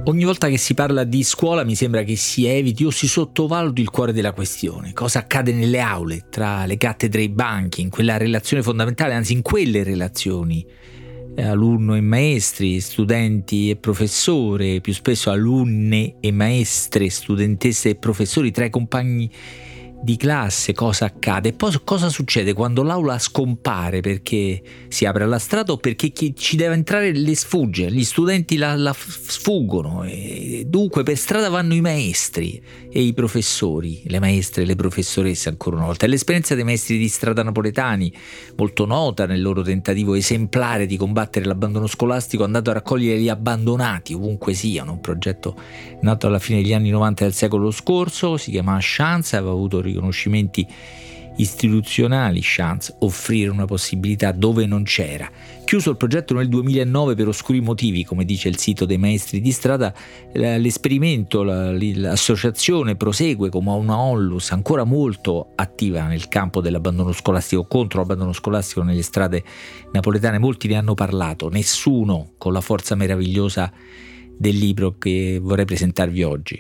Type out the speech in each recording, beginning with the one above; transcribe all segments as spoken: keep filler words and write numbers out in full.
Ogni volta che si parla di scuola mi sembra che si eviti o si sottovaluti il cuore della questione. Cosa accade nelle aule, tra le cattedre e i banchi, in quella relazione fondamentale, anzi in quelle relazioni, eh, alunno e maestri, studenti e professore, più spesso alunne e maestre, studentesse e professori, tra i compagni di classe. Cosa accade? E poi cosa succede quando l'aula scompare perché si apre alla strada o perché chi ci deve entrare le sfugge, gli studenti la, la sfuggono, e dunque per strada vanno i maestri e i professori, le maestre e le professoresse ancora una volta. È l'esperienza dei maestri di strada napoletani, molto nota nel loro tentativo esemplare di combattere l'abbandono scolastico, andato a raccogliere gli abbandonati ovunque siano, un progetto nato alla fine degli anni novanta del secolo scorso, si chiama Chance, aveva avuto riconoscimenti istituzionali. Chance, offrire una possibilità dove non c'era. Chiuso il progetto nel duemilanove per oscuri motivi, come dice il sito dei maestri di strada, l'esperimento, l'associazione prosegue come una onlus ancora molto attiva nel campo dell'abbandono scolastico, contro l'abbandono scolastico nelle strade napoletane. Molti ne hanno parlato, nessuno con la forza meravigliosa del libro che vorrei presentarvi oggi.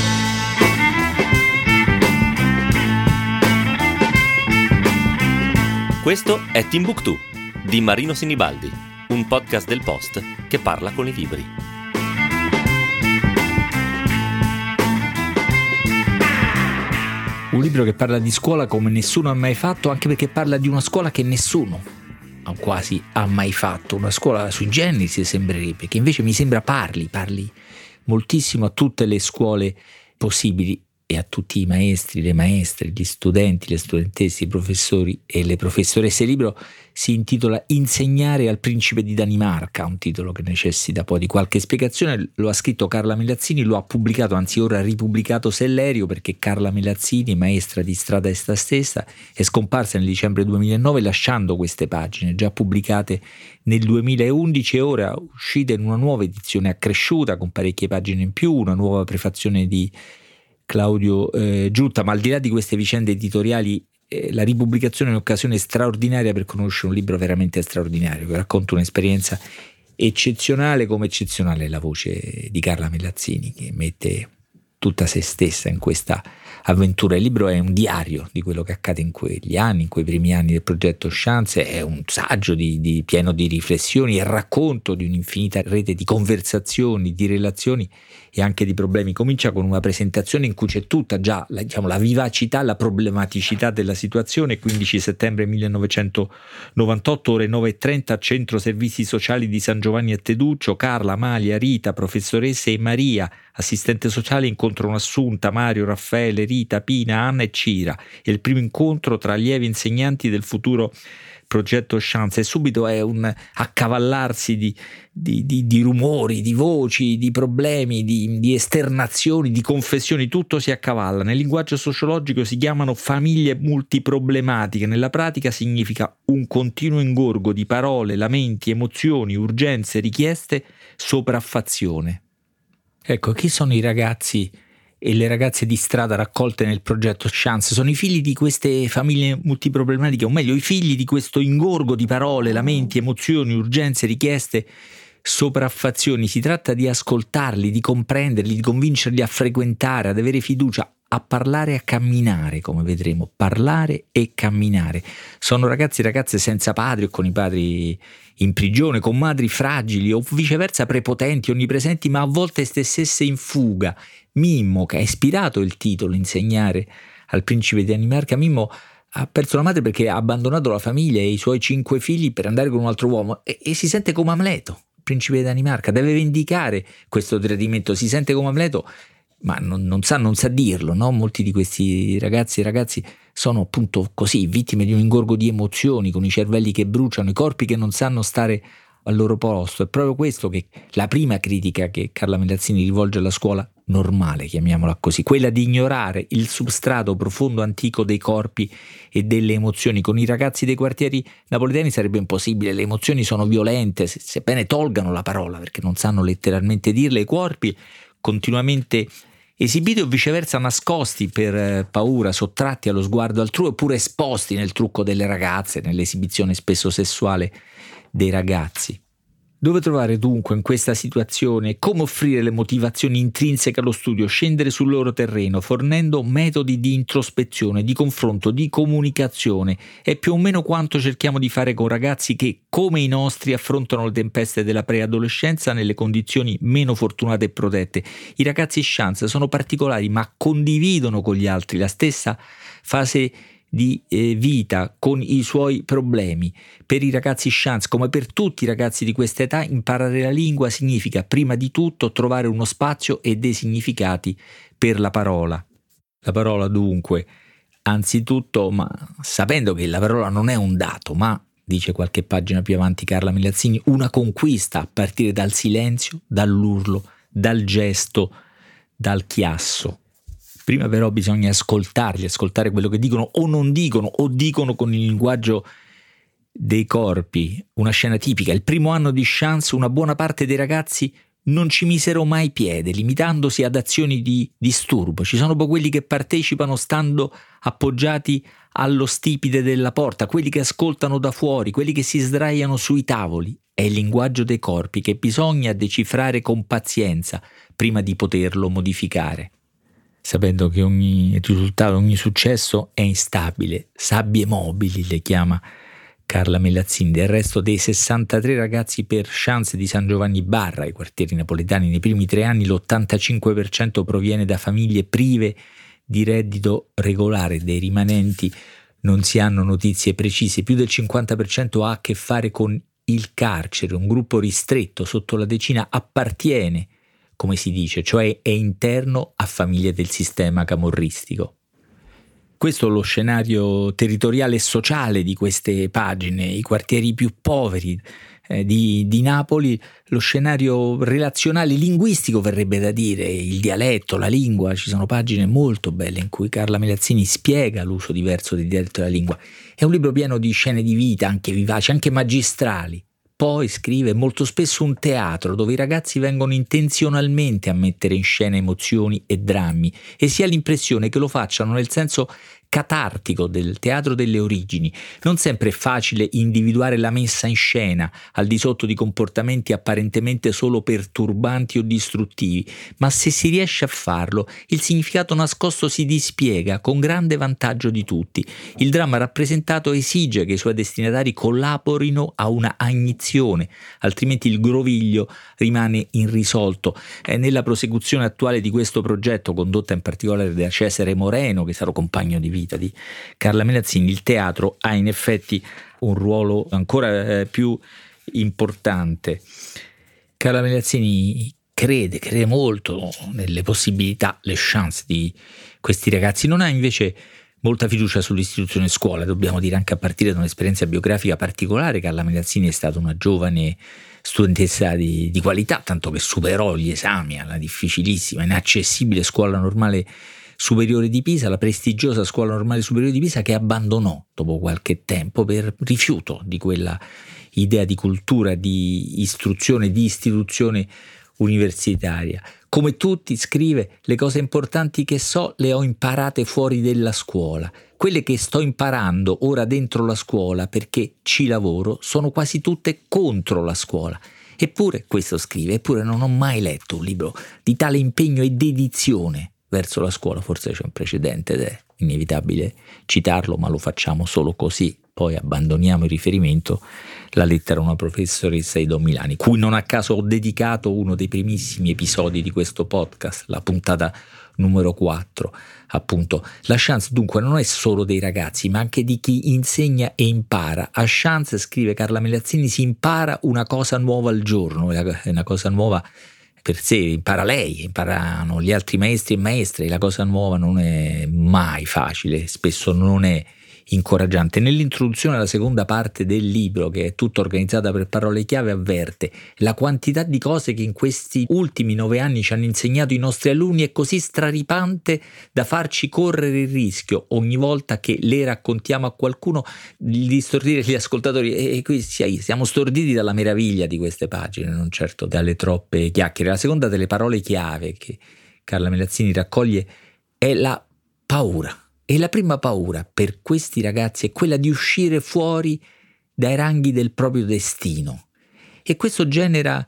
Questo è Timbuktu di Marino Sinibaldi, un podcast del Post che parla con i libri. Un libro che parla di scuola come nessuno ha mai fatto, anche perché parla di una scuola che nessuno quasi ha mai fatto, una scuola sui generis sembrerebbe, che invece mi sembra parli, parli moltissimo a tutte le scuole possibili e a tutti i maestri, le maestre, gli studenti, le studentesse, i professori e le professoresse. Il libro si intitola Insegnare al principe di Danimarca, un titolo che necessita poi di qualche spiegazione. Lo ha scritto Carla Melazzini, lo ha pubblicato, anzi ora ha ripubblicato Sellerio, perché Carla Melazzini, maestra di strada essa stessa, è scomparsa nel dicembre duemilanove lasciando queste pagine già pubblicate nel duemilaundici e ora uscite in una nuova edizione accresciuta con parecchie pagine in più, una nuova prefazione di Claudio eh, Giutta. Ma al di là di queste vicende editoriali, eh, la ripubblicazione è un'occasione straordinaria per conoscere un libro veramente straordinario che racconta un'esperienza eccezionale, come eccezionale è la voce di Carla Melazzini, che mette tutta se stessa in questa avventura. Il libro è un diario di quello che accade in quegli anni, in quei primi anni del progetto Chance, è un saggio di, di, pieno di riflessioni e racconto di un'infinita rete di conversazioni, di relazioni e anche di problemi. Comincia con una presentazione in cui c'è tutta già la, diciamo, la vivacità, la problematicità della situazione. quindici settembre millenovecentonovantotto, ore nove e trenta, Centro Servizi Sociali di San Giovanni a Teduccio. Carla, Amalia, Rita, professoresse e Maria, assistente sociale, incontrano Assunta, Mario, Raffaele, Rita, Pina, Anna e Cira. È il primo incontro tra allievi insegnanti del futuro progetto Chance, e subito è un accavallarsi di, di, di, di rumori, di voci, di problemi, di, di esternazioni, di confessioni, tutto si accavalla. Nel linguaggio sociologico si chiamano famiglie multiproblematiche, nella pratica significa un continuo ingorgo di parole, lamenti, emozioni, urgenze, richieste, sopraffazione. Ecco, chi sono i ragazzi e le ragazze di strada raccolte nel progetto Chance? Sono i figli di queste famiglie multiproblematiche, o meglio i figli di questo ingorgo di parole, lamenti, emozioni, urgenze, richieste, sopraffazioni. Si tratta di ascoltarli, di comprenderli, di convincerli a frequentare, ad avere fiducia, a parlare e a camminare, come vedremo, parlare e camminare. Sono ragazzi e ragazze senza padri o con i padri in prigione, con madri fragili o viceversa prepotenti, onnipresenti, ma a volte stesse in fuga. Mimmo, che ha ispirato il titolo Insegnare al principe di Danimarca, Mimmo ha perso la madre perché ha abbandonato la famiglia e i suoi cinque figli per andare con un altro uomo e, e si sente come Amleto, principe di Danimarca, deve vendicare questo tradimento, si sente come Amleto, ma non, non sa non sa dirlo, no? Molti di questi ragazzi e ragazzi sono appunto così, vittime di un ingorgo di emozioni, con i cervelli che bruciano, i corpi che non sanno stare al loro posto. È proprio questo che la prima critica che Carla Melazzini rivolge alla scuola normale, chiamiamola così, quella di ignorare il substrato profondo antico dei corpi e delle emozioni. Con i ragazzi dei quartieri napoletani sarebbe impossibile, le emozioni sono violente, sebbene tolgano la parola perché non sanno letteralmente dirle. I corpi continuamente esibiti o viceversa nascosti per paura, sottratti allo sguardo altrui, oppure esposti nel trucco delle ragazze, nell'esibizione spesso sessuale dei ragazzi. Dove trovare dunque in questa situazione? Come offrire le motivazioni intrinseche allo studio, scendere sul loro terreno, fornendo metodi di introspezione, di confronto, di comunicazione. È più o meno quanto cerchiamo di fare con ragazzi che, come i nostri, affrontano le tempeste della preadolescenza nelle condizioni meno fortunate e protette. I ragazzi chance sono particolari, ma condividono con gli altri la stessa fase di eh, vita con i suoi problemi. Per i ragazzi chance, come per tutti i ragazzi di questa età, imparare la lingua significa prima di tutto trovare uno spazio e dei significati per la parola. La parola dunque, anzitutto, ma sapendo che la parola non è un dato, ma, dice qualche pagina più avanti Carla Milazzini, una conquista a partire dal silenzio, dall'urlo, dal gesto, dal chiasso. Prima però bisogna ascoltarli, ascoltare quello che dicono o non dicono, o dicono con il linguaggio dei corpi. Una scena tipica: il primo anno di chance una buona parte dei ragazzi non ci misero mai piede, limitandosi ad azioni di disturbo. Ci sono poi quelli che partecipano stando appoggiati allo stipite della porta, quelli che ascoltano da fuori, quelli che si sdraiano sui tavoli. È il linguaggio dei corpi che bisogna decifrare con pazienza prima di poterlo modificare, sapendo che ogni risultato, ogni successo è instabile. Sabbie mobili le chiama Carla Milazzini. Del resto, dei sessantatré ragazzi per chance di San Giovanni Barra, i quartieri napoletani, nei primi tre anni l'ottantacinque per cento proviene da famiglie prive di reddito regolare. Dei rimanenti non si hanno notizie precise. Più del cinquanta per cento ha a che fare con il carcere. Un gruppo ristretto, sotto la decina, appartiene, come si dice, cioè è interno a famiglie del sistema camorristico. Questo è lo scenario territoriale e sociale di queste pagine, i quartieri più poveri eh, di, di Napoli, lo scenario relazionale, linguistico verrebbe da dire, il dialetto, la lingua. Ci sono pagine molto belle in cui Carla Milazzini spiega l'uso diverso del dialetto della lingua. È un libro pieno di scene di vita, anche vivaci, anche magistrali. Poi scrive molto spesso un teatro dove i ragazzi vengono intenzionalmente a mettere in scena emozioni e drammi e si ha l'impressione che lo facciano nel senso catartico del teatro delle origini. Non sempre è facile individuare la messa in scena al di sotto di comportamenti apparentemente solo perturbanti o distruttivi, ma se si riesce a farlo, il significato nascosto si dispiega con grande vantaggio di tutti. Il dramma rappresentato esige che i suoi destinatari collaborino a una agnizione, altrimenti il groviglio rimane irrisolto. È nella prosecuzione attuale di questo progetto, condotta in particolare da Cesare Moreno, che sarà compagno di vita di Carla Milazzini, il teatro ha in effetti un ruolo ancora eh, più importante. Carla Milazzini crede, crede molto nelle possibilità, le chance di questi ragazzi. Non ha invece molta fiducia sull'istituzione scuola, dobbiamo dire, anche a partire da un'esperienza biografica particolare. Carla Milazzini è stata una giovane studentessa di, di qualità, tanto che superò gli esami alla difficilissima, inaccessibile scuola normale superiore di Pisa, la prestigiosa scuola normale superiore di Pisa, che abbandonò dopo qualche tempo per rifiuto di quella idea di cultura, di istruzione, di istituzione universitaria. Come tutti, scrive, le cose importanti che so le ho imparate fuori della scuola. Quelle che sto imparando ora dentro la scuola, perché ci lavoro, sono quasi tutte contro la scuola. Eppure, questo scrive, eppure non ho mai letto un libro di tale impegno e dedizione verso la scuola. Forse c'è un precedente ed è inevitabile citarlo, ma lo facciamo solo così. Poi abbandoniamo il riferimento, la lettera a una professoressa di Don Milani, cui non a caso ho dedicato uno dei primissimi episodi di questo podcast, la puntata numero quattro, appunto. La chance dunque non è solo dei ragazzi, ma anche di chi insegna e impara. A chance, scrive Carla Milazzini, si impara una cosa nuova al giorno, è una cosa nuova per sé, impara lei, imparano gli altri maestri e maestre. La cosa nuova non è mai facile, spesso non è incoraggiante. Nell'introduzione alla seconda parte del libro, che è tutta organizzata per parole chiave, avverte: la quantità di cose che in questi ultimi nove anni ci hanno insegnato i nostri alunni è così straripante da farci correre il rischio ogni volta che le raccontiamo a qualcuno di stordire gli ascoltatori, e qui siamo storditi dalla meraviglia di queste pagine, non certo dalle troppe chiacchiere. La seconda delle parole chiave che Carla Milazzini raccoglie è la paura. E la prima paura per questi ragazzi è quella di uscire fuori dai ranghi del proprio destino. e questo genera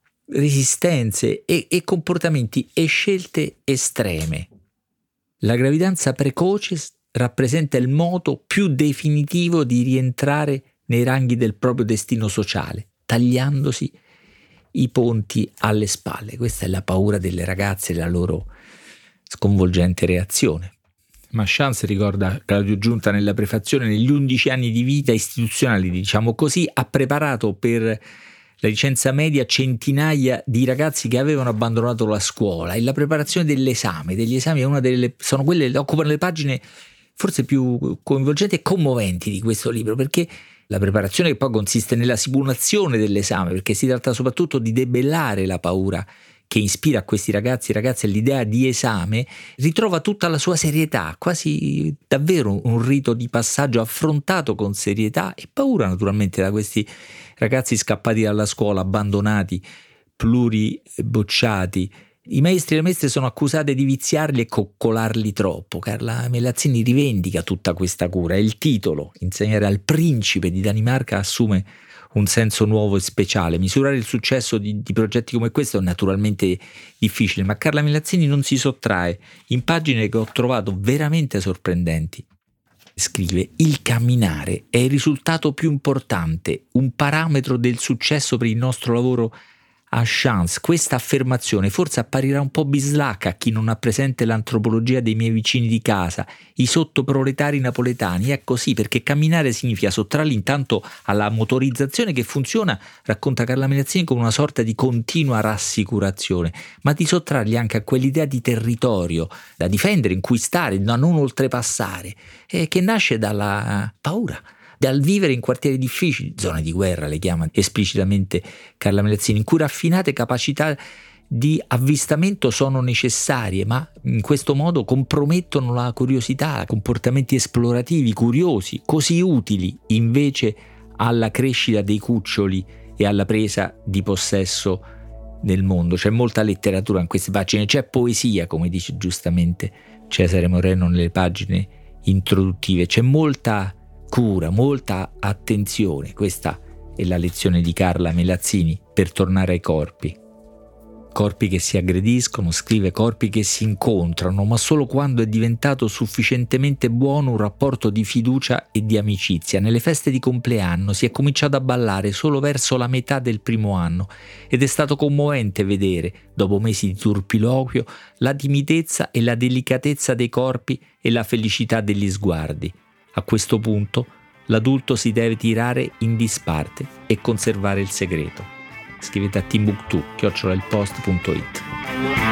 resistenze e, e comportamenti e scelte estreme. La gravidanza precoce rappresenta il modo più definitivo di rientrare nei ranghi del proprio destino sociale, tagliandosi i ponti alle spalle. Questa è la paura delle ragazze e la loro sconvolgente reazione. Machans, ricorda Claudio Giunta nella prefazione, negli undici anni di vita istituzionali, diciamo così, ha preparato per la licenza media centinaia di ragazzi che avevano abbandonato la scuola, e la preparazione dell'esame, degli esami è una delle, sono quelle che occupano le pagine forse più coinvolgenti e commoventi di questo libro, perché la preparazione, che poi consiste nella simulazione dell'esame, perché si tratta soprattutto di debellare la paura che ispira a questi ragazzi e ragazze l'idea di esame, ritrova tutta la sua serietà, quasi davvero un rito di passaggio affrontato con serietà e paura, naturalmente, da questi ragazzi scappati dalla scuola, abbandonati, pluribocciati. I maestri e le maestre sono accusate di viziarli e coccolarli troppo. Carla Melazzini rivendica tutta questa cura, e il titolo, Insegnare al principe di Danimarca, assume un senso nuovo e speciale. Misurare il successo di, di progetti come questo è naturalmente difficile, ma Carla Melazzini non si sottrae in pagine che ho trovato veramente sorprendenti. Scrive: il camminare è il risultato più importante, un parametro del successo per il nostro lavoro a Chance. Questa affermazione forse apparirà un po' bislacca a chi non ha presente l'antropologia dei miei vicini di casa, i sottoproletari napoletani. È così, perché camminare significa sottrarli intanto alla motorizzazione che funziona, racconta Carla Melazzini, con una sorta di continua rassicurazione, ma di sottrarli anche a quell'idea di territorio da difendere, in cui stare, da non oltrepassare, eh, che nasce dalla paura, dal vivere in quartieri difficili, zone di guerra le chiama esplicitamente Carla Melazzini, in cui raffinate capacità di avvistamento sono necessarie, ma in questo modo compromettono la curiosità, comportamenti esplorativi, curiosi, così utili invece alla crescita dei cuccioli e alla presa di possesso del mondo. C'è molta letteratura in queste pagine, c'è poesia, come dice giustamente Cesare Moreno nelle pagine introduttive, c'è molta cura, molta attenzione. Questa è la lezione di Carla Melazzini per tornare ai corpi. Corpi che si aggrediscono, scrive, corpi che si incontrano, ma solo quando è diventato sufficientemente buono un rapporto di fiducia e di amicizia. Nelle feste di compleanno si è cominciato a ballare solo verso la metà del primo anno, ed è stato commovente vedere, dopo mesi di turpiloquio, la timidezza e la delicatezza dei corpi e la felicità degli sguardi. A questo punto l'adulto si deve tirare in disparte e conservare il segreto. Scrivete a timbuktu chiocciola il post punto it.